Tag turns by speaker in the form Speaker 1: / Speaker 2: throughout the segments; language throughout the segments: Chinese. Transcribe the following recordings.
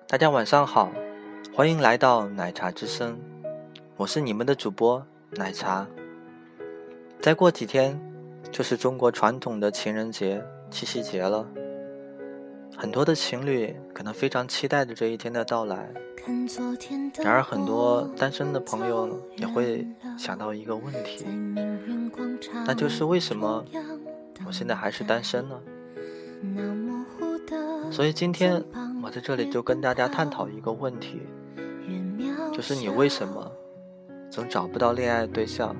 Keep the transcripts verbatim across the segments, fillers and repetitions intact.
Speaker 1: 大家晚上好，欢迎来到奶茶之声，我是你们的主播奶茶。再过几天就是中国传统的情人节七夕节了，很多的情侣可能非常期待着这一天的到来，然而很多单身的朋友也会想到一个问题，那就是为什么我现在还是单身呢？所以今天我在这里就跟大家探讨一个问题，就是你为什么总找不到恋爱对象？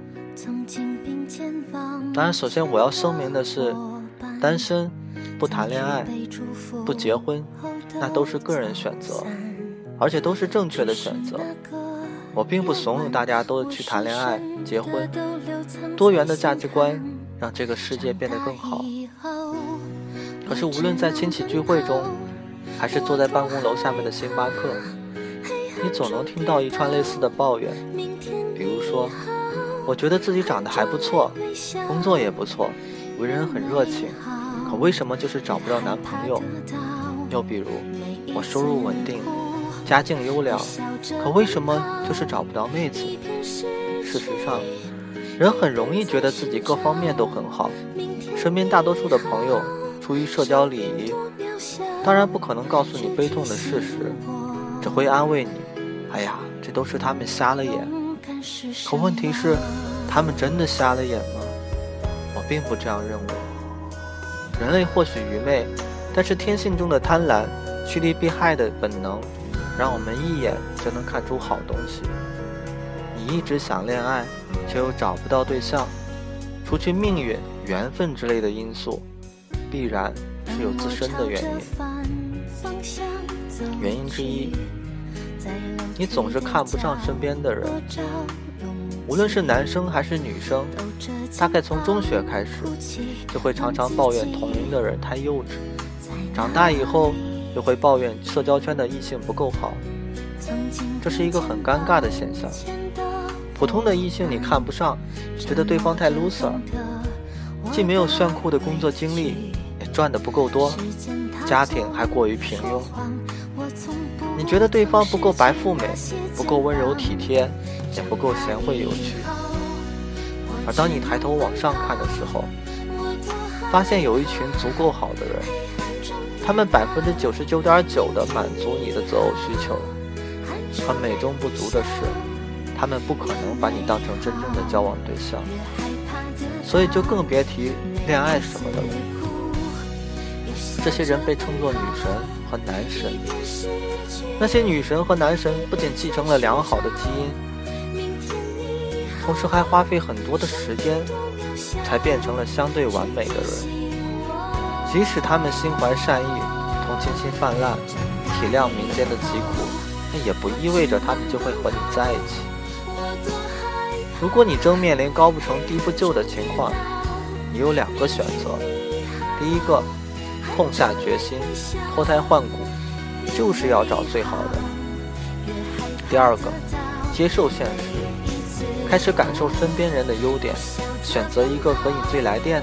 Speaker 1: 当然首先我要声明的是，单身不谈恋爱不结婚，那都是个人选择，而且都是正确的选择。我并不怂恿大家都去谈恋爱结婚，多元的价值观让这个世界变得更好。可是无论在亲戚聚会中，还是坐在办公楼下面的星巴克，你总能听到一串类似的抱怨，比如说我觉得自己长得还不错，工作也不错，为人很热情，可为什么就是找不到男朋友？又比如我收入稳定，家境优良，可为什么就是找不到妹子？事实上，人很容易觉得自己各方面都很好，身边大多数的朋友出于社交礼仪，当然不可能告诉你悲痛的事实，只会安慰你，哎呀，这都是他们瞎了眼。可问题是，他们真的瞎了眼吗？我并不这样认为。人类或许愚昧，但是天性中的贪婪、趋利避害的本能，让我们一眼就能看出好东西。你一直想恋爱，却又找不到对象，除去命运、缘分之类的因素，必然是有自身的原因。原因之一，你总是看不上身边的人，无论是男生还是女生，大概从中学开始就会常常抱怨同龄的人太幼稚，长大以后又会抱怨社交圈的异性不够好，这是一个很尴尬的现象。普通的异性你看不上，觉得对方太 loser， 既没有炫酷的工作经历，也赚得不够多，家庭还过于平庸，你觉得对方不够白富美，不够温柔体贴，也不够贤惠有趣。而当你抬头往上看的时候，发现有一群足够好的人，他们 百分之九十九点九 的满足你的择偶需求，可美中不足的是，他们不可能把你当成真正的交往对象，所以就更别提恋爱什么的了。这些人被称作女神和男神，那些女神和男神不仅继承了良好的基因，同时还花费很多的时间才变成了相对完美的人。即使他们心怀善意，同情心泛滥，体谅民间的疾苦，那也不意味着他们就会和你在一起。如果你正面临高不成低不就的情况，你有两个选择。第一个，痛下决心，脱胎换骨，就是要找最好的。第二个，接受现实，开始感受身边人的优点，选择一个和你最来电的。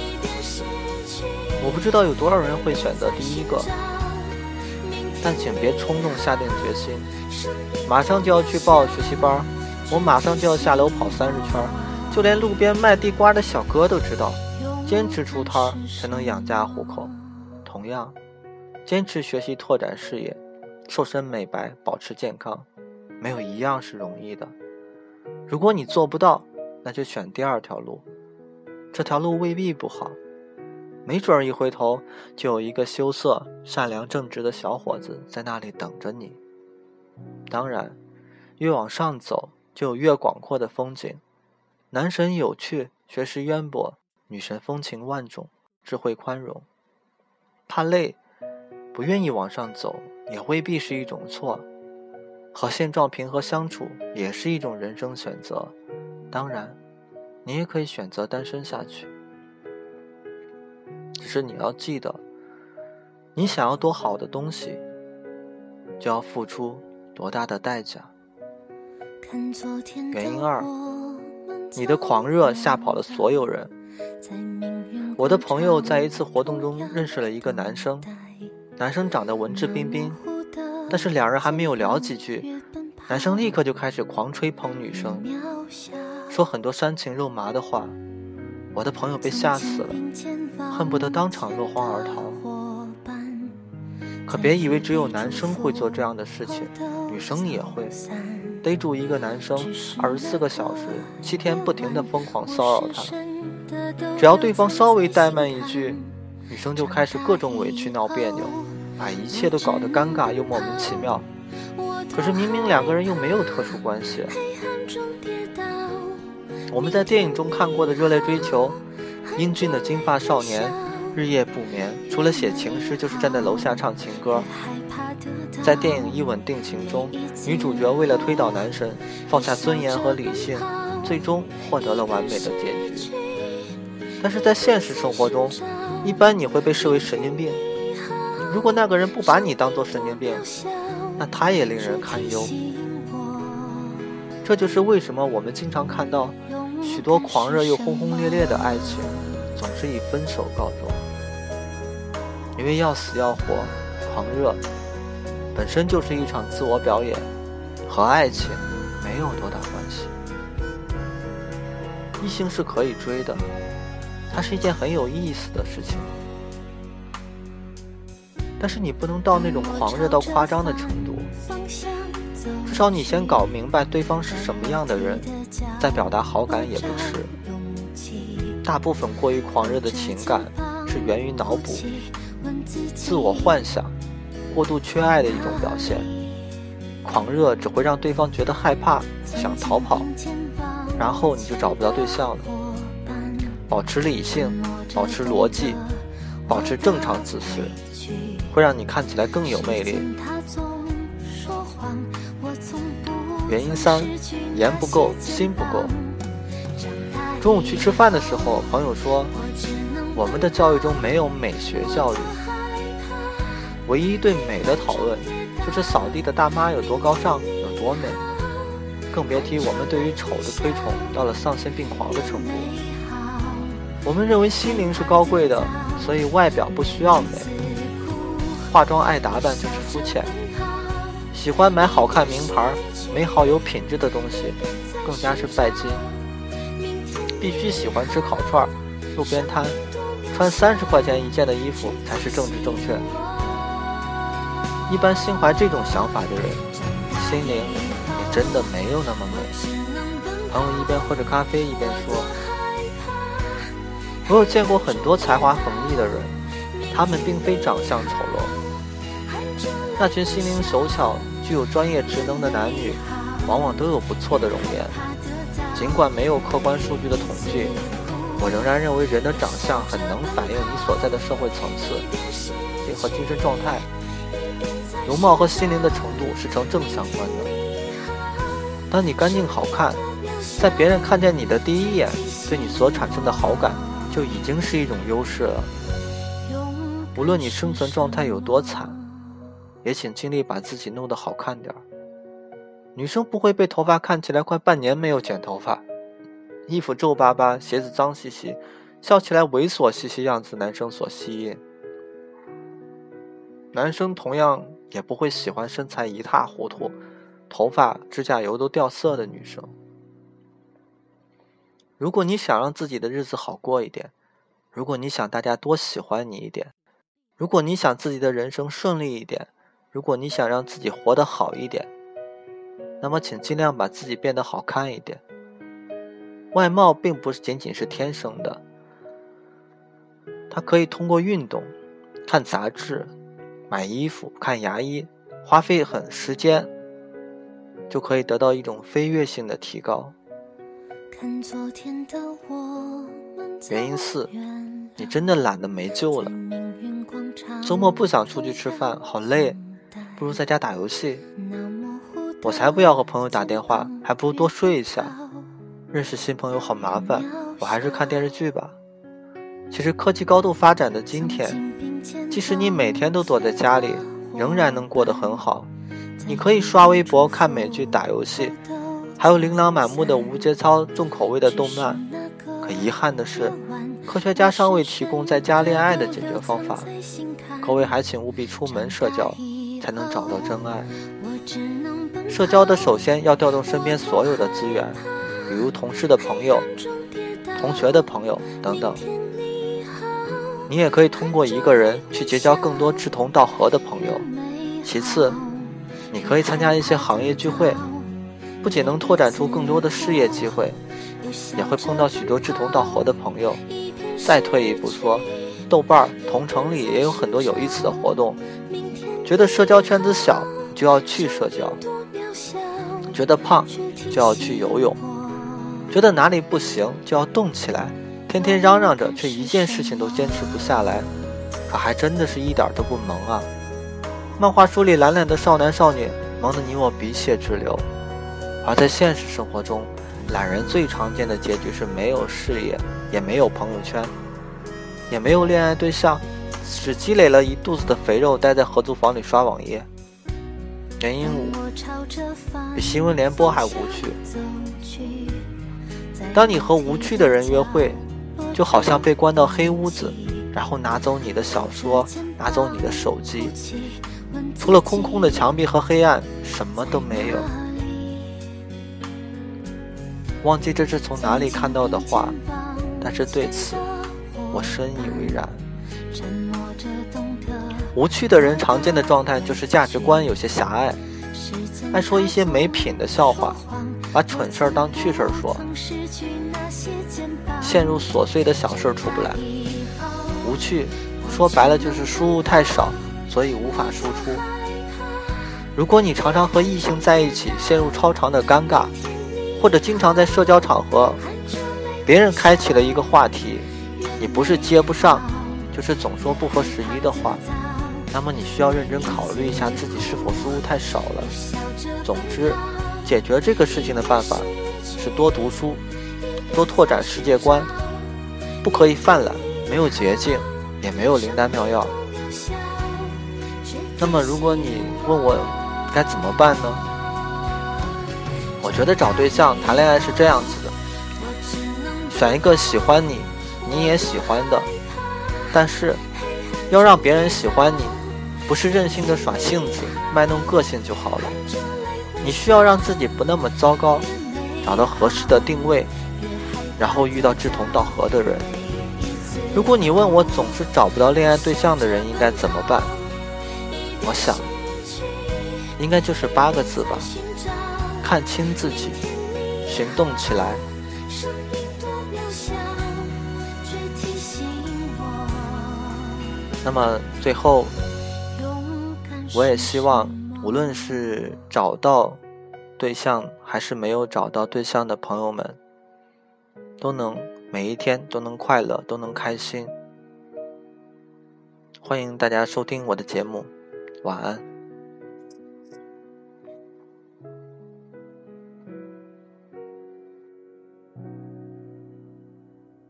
Speaker 1: 我不知道有多少人会选择第一个，但请别冲动下定决心，马上就要去报学习班，我马上就要下楼跑三十圈，就连路边卖地瓜的小哥都知道，坚持出摊才能养家糊口。同样，坚持学习拓展视野，瘦身美白保持健康，没有一样是容易的。如果你做不到，那就选第二条路，这条路未必不好，没准一回头就有一个羞涩善良正直的小伙子在那里等着你。当然，越往上走就有越广阔的风景，男神有趣，学识渊博，女神风情万种，智慧宽容。怕累，不愿意往上走也未必是一种错，和现状平和相处也是一种人生选择。当然，你也可以选择单身下去，只是你要记得，你想要多好的东西，就要付出多大的代价。原因二，你的狂热吓跑了所有人。我的朋友在一次活动中认识了一个男生，男生长得文质彬彬， 但是两人还没有聊几句，男生立刻就开始狂吹捧女生，说很多煽情肉麻的话。我的朋友被吓死了，恨不得当场落荒而逃。可别以为只有男生会做这样的事情，女生也会逮住一个男生二十四个小时七天不停地疯狂骚扰他，只要对方稍微怠慢一句，女生就开始各种委屈闹别扭，把一切都搞得尴尬又莫名其妙。可是明明两个人又没有特殊关系。我们在电影中看过的热烈追求，英俊的金发少年日夜不眠，除了写情诗就是站在楼下唱情歌。在电影《一吻定情》中，女主角为了推倒男神，放下尊严和理性，最终获得了完美的结局。但是在现实生活中，一般你会被视为神经病。如果那个人不把你当作神经病，那他也令人堪忧。这就是为什么我们经常看到许多狂热又轰轰烈烈的爱情总是以分手告终。因为要死要活，狂热本身就是一场自我表演，和爱情没有多大关系。异性是可以追的，它是一件很有意思的事情，但是你不能到那种狂热到夸张的程度。至少你先搞明白对方是什么样的人，再表达好感也不迟。大部分过于狂热的情感是源于脑补、自我幻想、过度缺爱的一种表现。狂热只会让对方觉得害怕，想逃跑，然后你就找不到对象了。保持理性，保持逻辑，保持正常姿势，会让你看起来更有魅力。原因三，言不够，心不够。中午去吃饭的时候，朋友说我们的教育中没有美学教育，唯一对美的讨论就是扫地的大妈有多高尚，有多美，更别提我们对于丑的推崇到了丧心病狂的程度。我们认为心灵是高贵的，所以外表不需要美，化妆爱打扮就是肤浅，喜欢买好看名牌美好有品质的东西更加是拜金，必须喜欢吃烤串路边摊，穿三十块钱一件的衣服才是政治正确。一般心怀这种想法的人，心灵也真的没有那么美。朋友一边喝着咖啡一边说，我有见过很多才华横溢的人，他们并非长相丑陋，那群心灵手巧具有专业职能的男女往往都有不错的容颜。尽管没有客观数据的统计，我仍然认为人的长相很能反映你所在的社会层次和精神状态，容貌和心灵的程度是成正相关的。当你干净好看，在别人看见你的第一眼，对你所产生的好感就已经是一种优势了。无论你生存状态有多惨，也请尽力把自己弄得好看点。女生不会被头发看起来快半年没有剪头发，衣服皱巴巴，鞋子脏兮兮，笑起来猥琐兮兮样子男生所吸引。男生同样也不会喜欢身材一塌糊涂，头发指甲油都掉色的女生。如果你想让自己的日子好过一点，如果你想大家多喜欢你一点，如果你想自己的人生顺利一点，如果你想让自己活得好一点，那么请尽量把自己变得好看一点。外貌并不仅仅是天生的，它可以通过运动、看杂志、买衣服、看牙医，花费很时间，就可以得到一种飞跃性的提高。原因四，你真的懒得没救了。周末不想出去吃饭，好累，不如在家打游戏。我才不要和朋友打电话，还不如多睡一下。认识新朋友好麻烦，我还是看电视剧吧。其实科技高度发展的今天，即使你每天都躲在家里，仍然能过得很好。你可以刷微博、看美剧、打游戏，还有琳琅满目的无节操、重口味的动漫。可遗憾的是，科学家尚未提供在家恋爱的解决方法。各位还请务必出门社交， 才能找到真爱。社交的首先要调动身边所有的资源，比如同事的朋友、同学的朋友等等。你也可以通过一个人去结交更多志同道合的朋友。其次，你可以参加一些行业聚会，不仅能拓展出更多的事业机会，也会碰到许多志同道合的朋友。再退一步说，豆瓣同城里也有很多有意思的活动。觉得社交圈子小，就要去社交；觉得胖，就要去游泳；觉得哪里不行，就要动起来。天天嚷嚷着，却一件事情都坚持不下来，可还真的是一点都不萌啊！漫画书里懒懒的少男少女，萌得你我鼻血直流。而在现实生活中，懒人最常见的结局是没有事业，也没有朋友圈，也没有恋爱对象，只积累了一肚子的肥肉，待在合租房里刷网页。原因五，比新闻联播还无趣。当你和无趣的人约会，就好像被关到黑屋子，然后拿走你的小说，拿走你的手机，除了空空的墙壁和黑暗，什么都没有。忘记这是从哪里看到的话，但是对此我深以为然。无趣的人常见的状态就是价值观有些狭隘，爱说一些没品的笑话，把蠢事儿当趣事儿说，陷入琐碎的小事出不来。无趣说白了就是输入太少，所以无法输出。如果你常常和异性在一起陷入超长的尴尬，或者经常在社交场合别人开启了一个话题，你不是接不上，就是总说不合时宜的话，那么你需要认真考虑一下自己是否输入太少了。总之，解决这个事情的办法是多读书，多拓展世界观，不可以犯懒，没有捷径，也没有灵丹妙药。那么如果你问我该怎么办呢？我觉得找对象谈恋爱是这样子的，选一个喜欢你，你也喜欢的，但是要让别人喜欢你，不是任性的耍性子卖弄个性就好了。你需要让自己不那么糟糕，找到合适的定位，然后遇到志同道合的人。如果你问我总是找不到恋爱对象的人应该怎么办，我想应该就是八个字吧：看清自己，行动起来。那么最后，我也希望无论是找到对象还是没有找到对象的朋友们，都能每一天都能快乐，都能开心。欢迎大家收听我的节目，晚安。